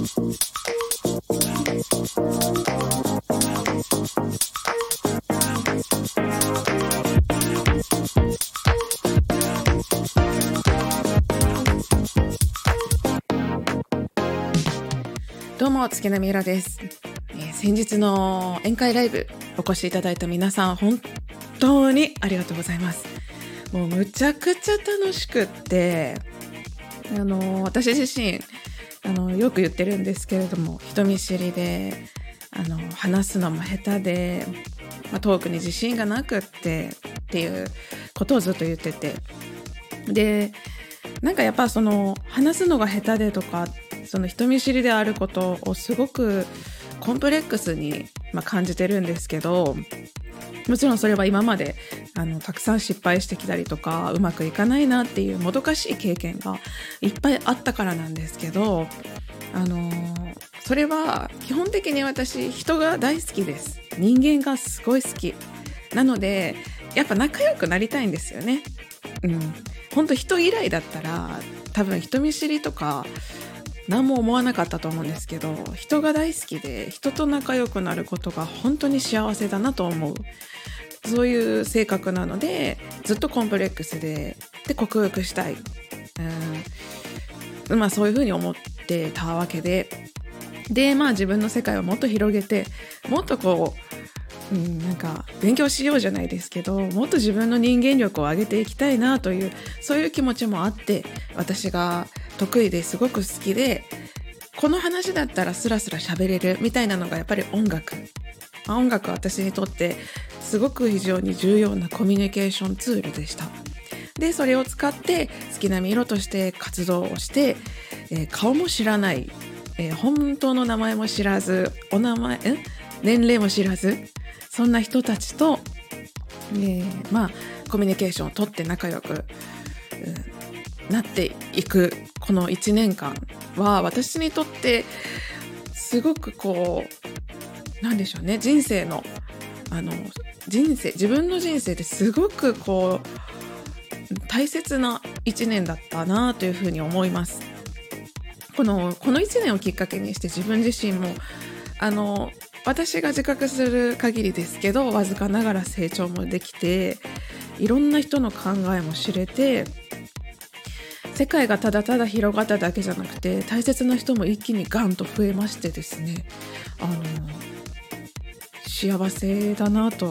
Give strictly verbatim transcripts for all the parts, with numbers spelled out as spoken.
どうも月並みいろです、えー、先日の宴会ライブお越しいただいた皆さん本当にありがとうございます。もうむちゃくちゃ楽しくって、あの私自身あのよく言ってるんですけれども、人見知りであの話すのも下手で、まあ、トークに自信がなくってっていうことをずっと言ってて、でなんかやっぱその話すのが下手でとか、その人見知りであることをすごくコンプレックスに、まあ、感じてるんですけど、もちろんそれは今まであのたくさん失敗してきたりとか、うまくいかないなっていうもどかしい経験がいっぱいあったからなんですけど、あのー、それは基本的に私人が大好きです。人間がすごい好きなので、やっぱ仲良くなりたいんですよね。うん、本当人嫌いだったら多分人見知りとか何も思わなかったと思うんですけど、人が大好きで人と仲良くなることが本当に幸せだなと思う、そういう性格なので、ずっとコンプレックスでで克服したい、うん、まあそういうふうに思ってたわけで、でまあ自分の世界をもっと広げて、もっとこう、うん、なんか勉強しようじゃないですけど、もっと自分の人間力を上げていきたいなという、そういう気持ちもあって、私が得意ですごく好きで、この話だったらスラスラ喋れるみたいなのがやっぱり音楽、まあ、音楽は私にとってすごく非常に重要なコミュニケーションツールでした。でそれを使って月並み色として活動をして、えー、顔も知らない、えー、本当の名前も知らず、お名前ん年齢も知らず、そんな人たちと、えー、まあコミュニケーションを取って仲良く、うんなっていくこのいちねんかんは、私にとってすごくこうなんでしょうね、人生のあの人生自分の人生ですごくこう大切ないちねんだったなというふうに思います。このこのいちねんをきっかけにして、自分自身もあの私が自覚する限りですけど、わずかながら成長もできて、いろんな人の考えも知れて、世界がただただ広がっただけじゃなくて、大切な人も一気にガンと増えましてですね、あの幸せだなと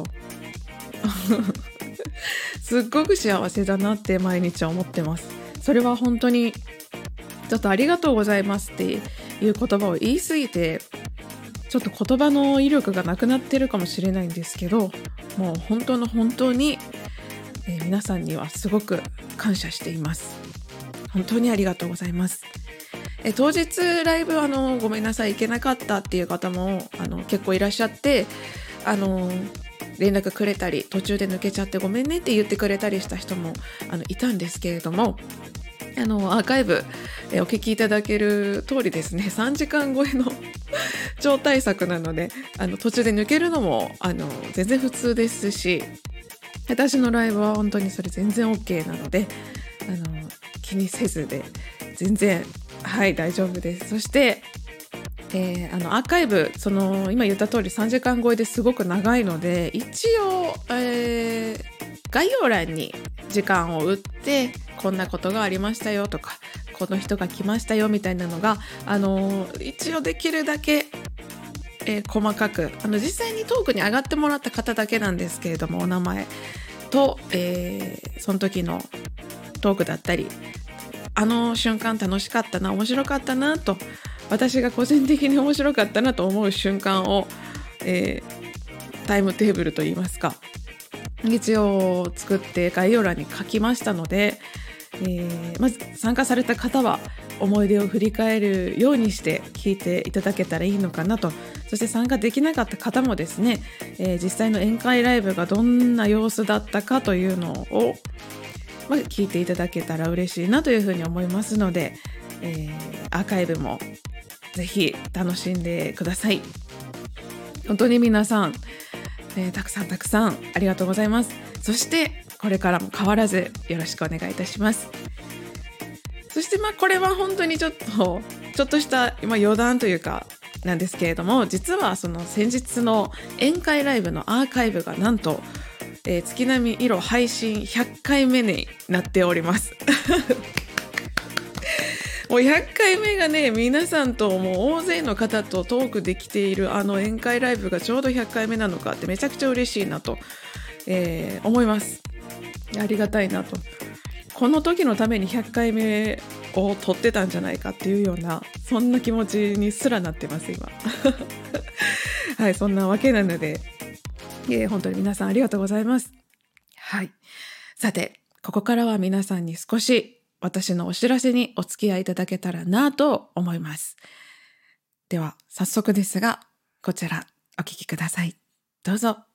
すっごく幸せだなって毎日思ってます。それは本当にちょっとありがとうございますっていう言葉を言い過ぎて、ちょっと言葉の威力がなくなってるかもしれないんですけど、もう本当の本当に、えー、皆さんにはすごく感謝しています。本当にありがとうございます。え当日ライブあのごめんなさい行けなかったっていう方もあの結構いらっしゃって、あの連絡くれたり、途中で抜けちゃってごめんねって言ってくれたりした人もあのいたんですけれども、あのアーカイブえお聞きいただける通りですね、さんじかん超えの超大作なので、あの途中で抜けるのもあの全然普通ですし、私のライブは本当にそれ全然 OK なので、あの気にせずで全然はい大丈夫です。そして、えー、あのアーカイブ、その今言った通りさんじかん超えですごく長いので、一応、えー、概要欄に時間を打って、こんなことがありましたよとか、この人が来ましたよみたいなのが、あのー、一応できるだけ、えー、細かく、あの実際にトークに上がってもらった方だけなんですけれども、お名前と、えー、その時のトークだったり、あの瞬間楽しかったな、面白かったなと、私が個人的に面白かったなと思う瞬間を、えー、タイムテーブルといいますか、一応作って概要欄に書きましたので、えー、まず参加された方は思い出を振り返るようにして聞いていただけたらいいのかなと。そして参加できなかった方もですね、えー、実際の宴会ライブがどんな様子だったかというのを、まあ、聞いていただけたら嬉しいなというふうに思いますので、えー、アーカイブもぜひ楽しんでください。本当に皆さん、えー、たくさんたくさんありがとうございます。そしてこれからも変わらずよろしくお願いいたします。そしてまあこれは本当にちょっとちょっとした今余談というかなんですけれども、実はその先日の宴会ライブのアーカイブがなんと、えー、月並み色配信ひゃっかいめになっておりますもうひゃっかいめがね、皆さんともう大勢の方とトークできているあの宴会ライブがちょうどひゃっかいめなのかってめちゃくちゃ嬉しいなと、えー、思います。ありがたいなと。この時のためにひゃっかいめを撮ってたんじゃないかっていうような、そんな気持ちにすらなってます今はい、そんなわけなので、えー、本当に皆さんありがとうございます。はい、さてここからは皆さんに少し私のお知らせにお付き合いいただけたらなと思います。では早速ですが、こちらお聞きください。どうぞ。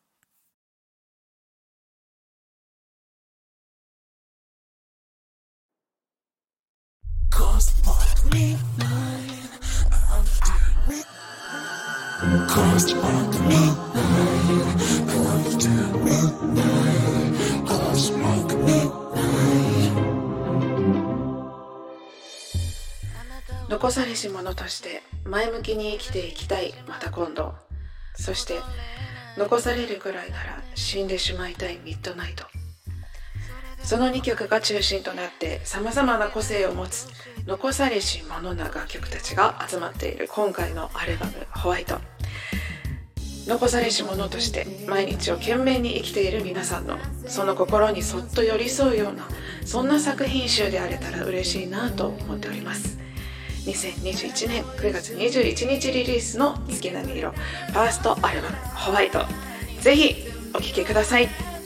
残されし者として前向きに生きていきたいまた今度、そして残されるくらいなら死んでしまいたいミッドナイト、そのにきょくが中心となってさまざまな個性を持つ残されし者な楽曲たちが集まっている今回のアルバムホワイト。残されし者として毎日を懸命に生きている皆さんのその心にそっと寄り添うような、そんな作品集であれたら嬉しいなと思っております。にせんにじゅういちねんくがつにじゅういちにちリリースの月並み色ファーストアルバムホワイト、ぜひお聴きください。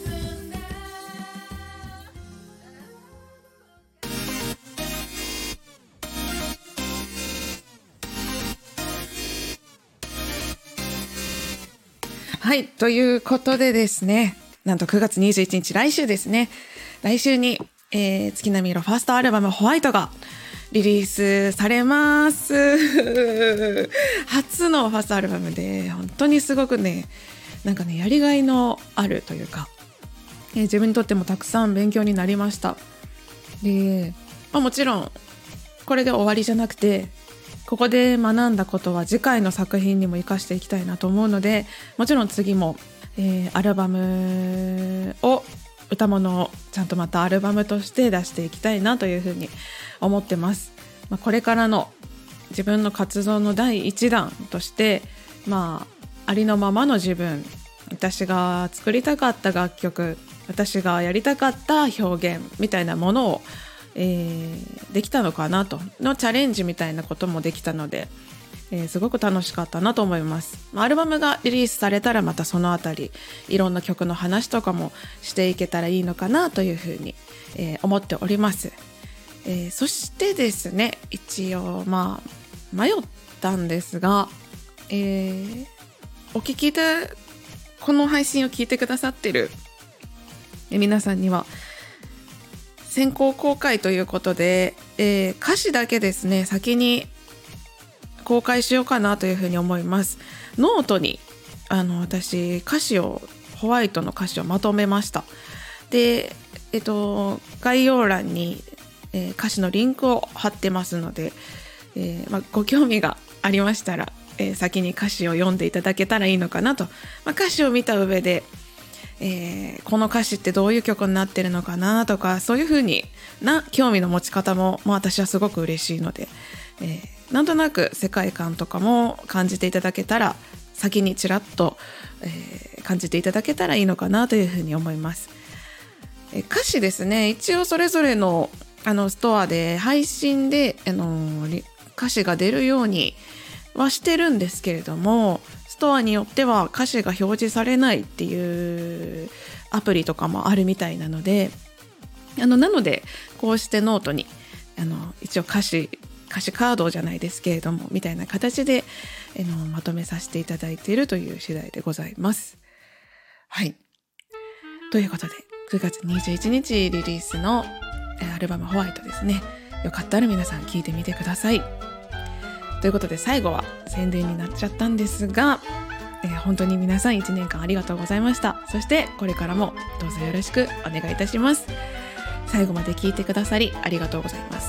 はい、ということでですね、なんとくがつにじゅういちにち、来週ですね、来週に、えー、月並み色ファーストアルバムホワイトがリリースされます初のファーストアルバムで、本当にすごくね、なんかね、やりがいのあるというか、えー、自分にとってもたくさん勉強になりました。で、まあ、もちろんこれで終わりじゃなくて、ここで学んだことは次回の作品にも生かしていきたいなと思うので、もちろん次も、えー、アルバムを歌物をちゃんとまたアルバムとして出していきたいなというふうに思ってます。まあ、これからの自分の活動の第一弾として、まあ、ありのままの自分、私が作りたかった楽曲、私がやりたかった表現みたいなものを、えー、できたのかなとのチャレンジみたいなこともできたので、えー、すごく楽しかったなと思います。アルバムがリリースされたらまたそのあたりいろんな曲の話とかもしていけたらいいのかなというふうに、えー、思っております。えー、そしてですね、一応まあ迷ったんですが、えー、お聞きでこの配信を聞いてくださってる皆さんには先行公開ということで、えー、歌詞だけですね先に公開しようかなというふうに思います。ノートにあの私歌詞をホワイトの歌詞をまとめました。で、えっと概要欄に、えー、歌詞のリンクを貼ってますので、えーまあ、ご興味がありましたら、えー、先に歌詞を読んでいただけたらいいのかなと、まあ、歌詞を見た上でえー、この歌詞ってどういう曲になってるのかなとか、そういう風にな興味の持ち方も、まあ、私はすごく嬉しいので、えー、なんとなく世界観とかも感じていただけたら、先にちらっと、えー、感じていただけたらいいのかなという風に思います。えー、歌詞ですね、一応それぞれの、あのストアで配信で、あのー、歌詞が出るようにはしてるんですけれども、ストアによっては歌詞が表示されないっていうアプリとかもあるみたいなので、あのなのでこうしてノートにあの一応歌詞歌詞カードじゃないですけれどもみたいな形であのまとめさせていただいているという次第でございます。はい、ということでくがつにじゅういちにちリリースのアルバムホワイトですね。よかったら皆さん聴いてみてください。ということで最後は宣伝になっちゃったんですが、えー、本当に皆さんいちねんかんありがとうございました。そしてこれからもどうぞよろしくお願いいたします。最後まで聞いてくださりありがとうございます。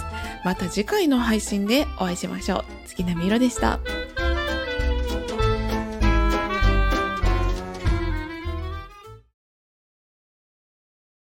また次回の配信でお会いしましょう。月並みいろでした。